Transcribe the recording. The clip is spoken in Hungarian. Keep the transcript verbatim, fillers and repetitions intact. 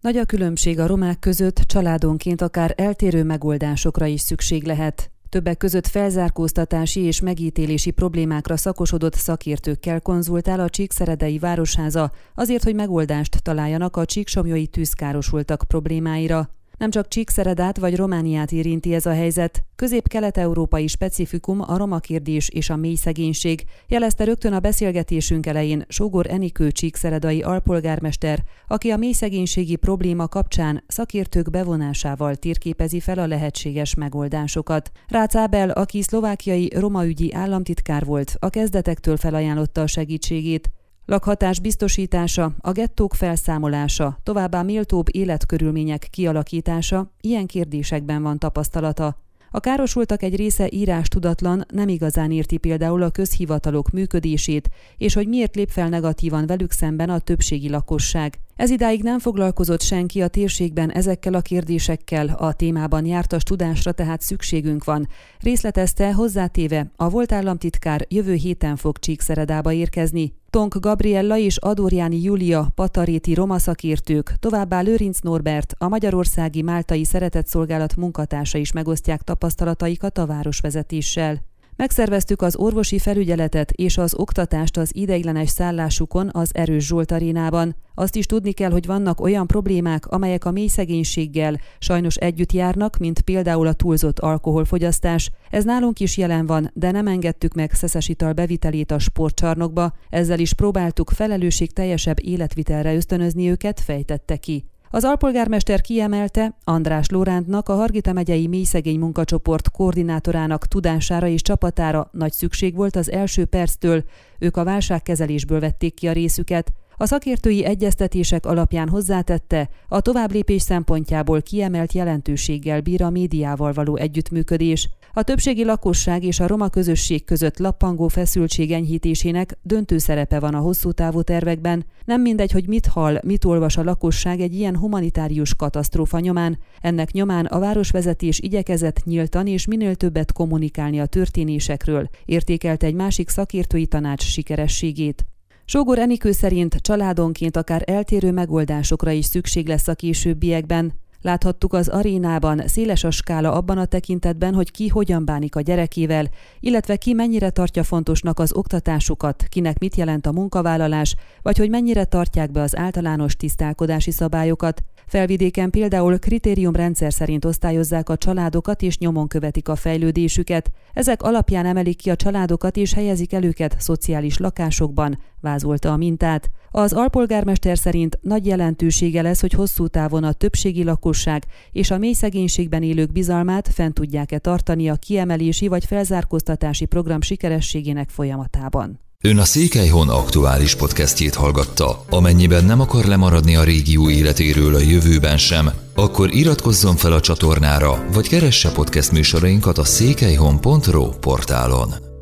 Nagy a különbség a romák között, családonként akár eltérő megoldásokra is szükség lehet. Többek között felzárkóztatási és megítélési problémákra szakosodott szakértőkkel konzultál a Csíkszeredai Városháza azért, hogy megoldást találjanak a csíksomlyói tűzkárosultak problémáira. Nem csak Csíkszeredát vagy Romániát érinti ez a helyzet, közép-kelet-európai specifikum a roma kérdés és a mély szegénység, jelezte rögtön a beszélgetésünk elején Sógor Enikő csíkszeredai alpolgármester, aki a mély szegénységi probléma kapcsán szakértők bevonásával térképezi fel a lehetséges megoldásokat. Rácz Ábel, aki szlovákiai romaügyi államtitkár volt, a kezdetektől felajánlotta a segítségét. Lakhatás biztosítása, a gettók felszámolása, továbbá méltóbb életkörülmények kialakítása, ilyen kérdésekben van tapasztalata. A károsultak egy része írástudatlan, nem igazán érti például a közhivatalok működését, és hogy miért lép fel negatívan velük szemben a többségi lakosság. Ezidáig nem foglalkozott senki a térségben ezekkel a kérdésekkel, a témában jártas tudásra tehát szükségünk van. Részletezte, hozzátéve, a volt államtitkár jövő héten fog Csíkszeredába érkezni. Tonk Gabriella és Adorjáni Júlia pataréti roma szakértők, továbbá Lőrinc Norbert, a Magyarországi Máltai Szeretetszolgálat munkatársa is megosztják tapasztalataikat a városvezetéssel. Megszerveztük az orvosi felügyeletet és az oktatást az ideiglenes szállásukon az Erős Zsolt arénában. Azt is tudni kell, hogy vannak olyan problémák, amelyek a mély szegénységgel sajnos együtt járnak, mint például a túlzott alkoholfogyasztás. Ez nálunk is jelen van, de nem engedtük meg szeszesital bevitelét a sportcsarnokba, ezzel is próbáltuk felelősségteljesebb életvitelre ösztönözni őket, fejtette ki. Az alpolgármester kiemelte, András Lórántnak, a Hargita megyei mélyszegény munkacsoport koordinátorának tudására és csapatára nagy szükség volt az első perctől, ők a válságkezelésből vették ki a részüket. A szakértői egyeztetések alapján hozzátette, a továbblépés szempontjából kiemelt jelentőséggel bír a médiával való együttműködés. A többségi lakosság és a roma közösség között lappangó feszültség enyhítésének döntő szerepe van a hosszú távú tervekben. Nem mindegy, hogy mit hall, mit olvas a lakosság egy ilyen humanitárius katasztrófa nyomán. Ennek nyomán a városvezetés igyekezett nyíltan és minél többet kommunikálni a történésekről, értékelte egy másik szakértői tanács sikerességét. Sógor Enikő szerint családonként akár eltérő megoldásokra is szükség lesz a későbbiekben. Láthattuk az arénában, széles a skála abban a tekintetben, hogy ki hogyan bánik a gyerekével, illetve ki mennyire tartja fontosnak az oktatásukat, kinek mit jelent a munkavállalás, vagy hogy mennyire tartják be az általános tisztálkodási szabályokat. Felvidéken például kritériumrendszer szerint osztályozzák a családokat és nyomon követik a fejlődésüket. Ezek alapján emelik ki a családokat és helyezik el őket szociális lakásokban, vázolta a mintát. Az alpolgármester szerint nagy jelentősége lesz, hogy hosszú távon a többségi lakosság és a mély szegénységben élők bizalmát fent tudják-e tartani a kiemelési vagy felzárkóztatási program sikerességének folyamatában. Ön a Székelyhon aktuális podcastjét hallgatta. Amennyiben nem akar lemaradni a régió életéről a jövőben sem, akkor iratkozzon fel a csatornára, vagy keresse podcast műsorainkat a székelyhon pont ro portálon.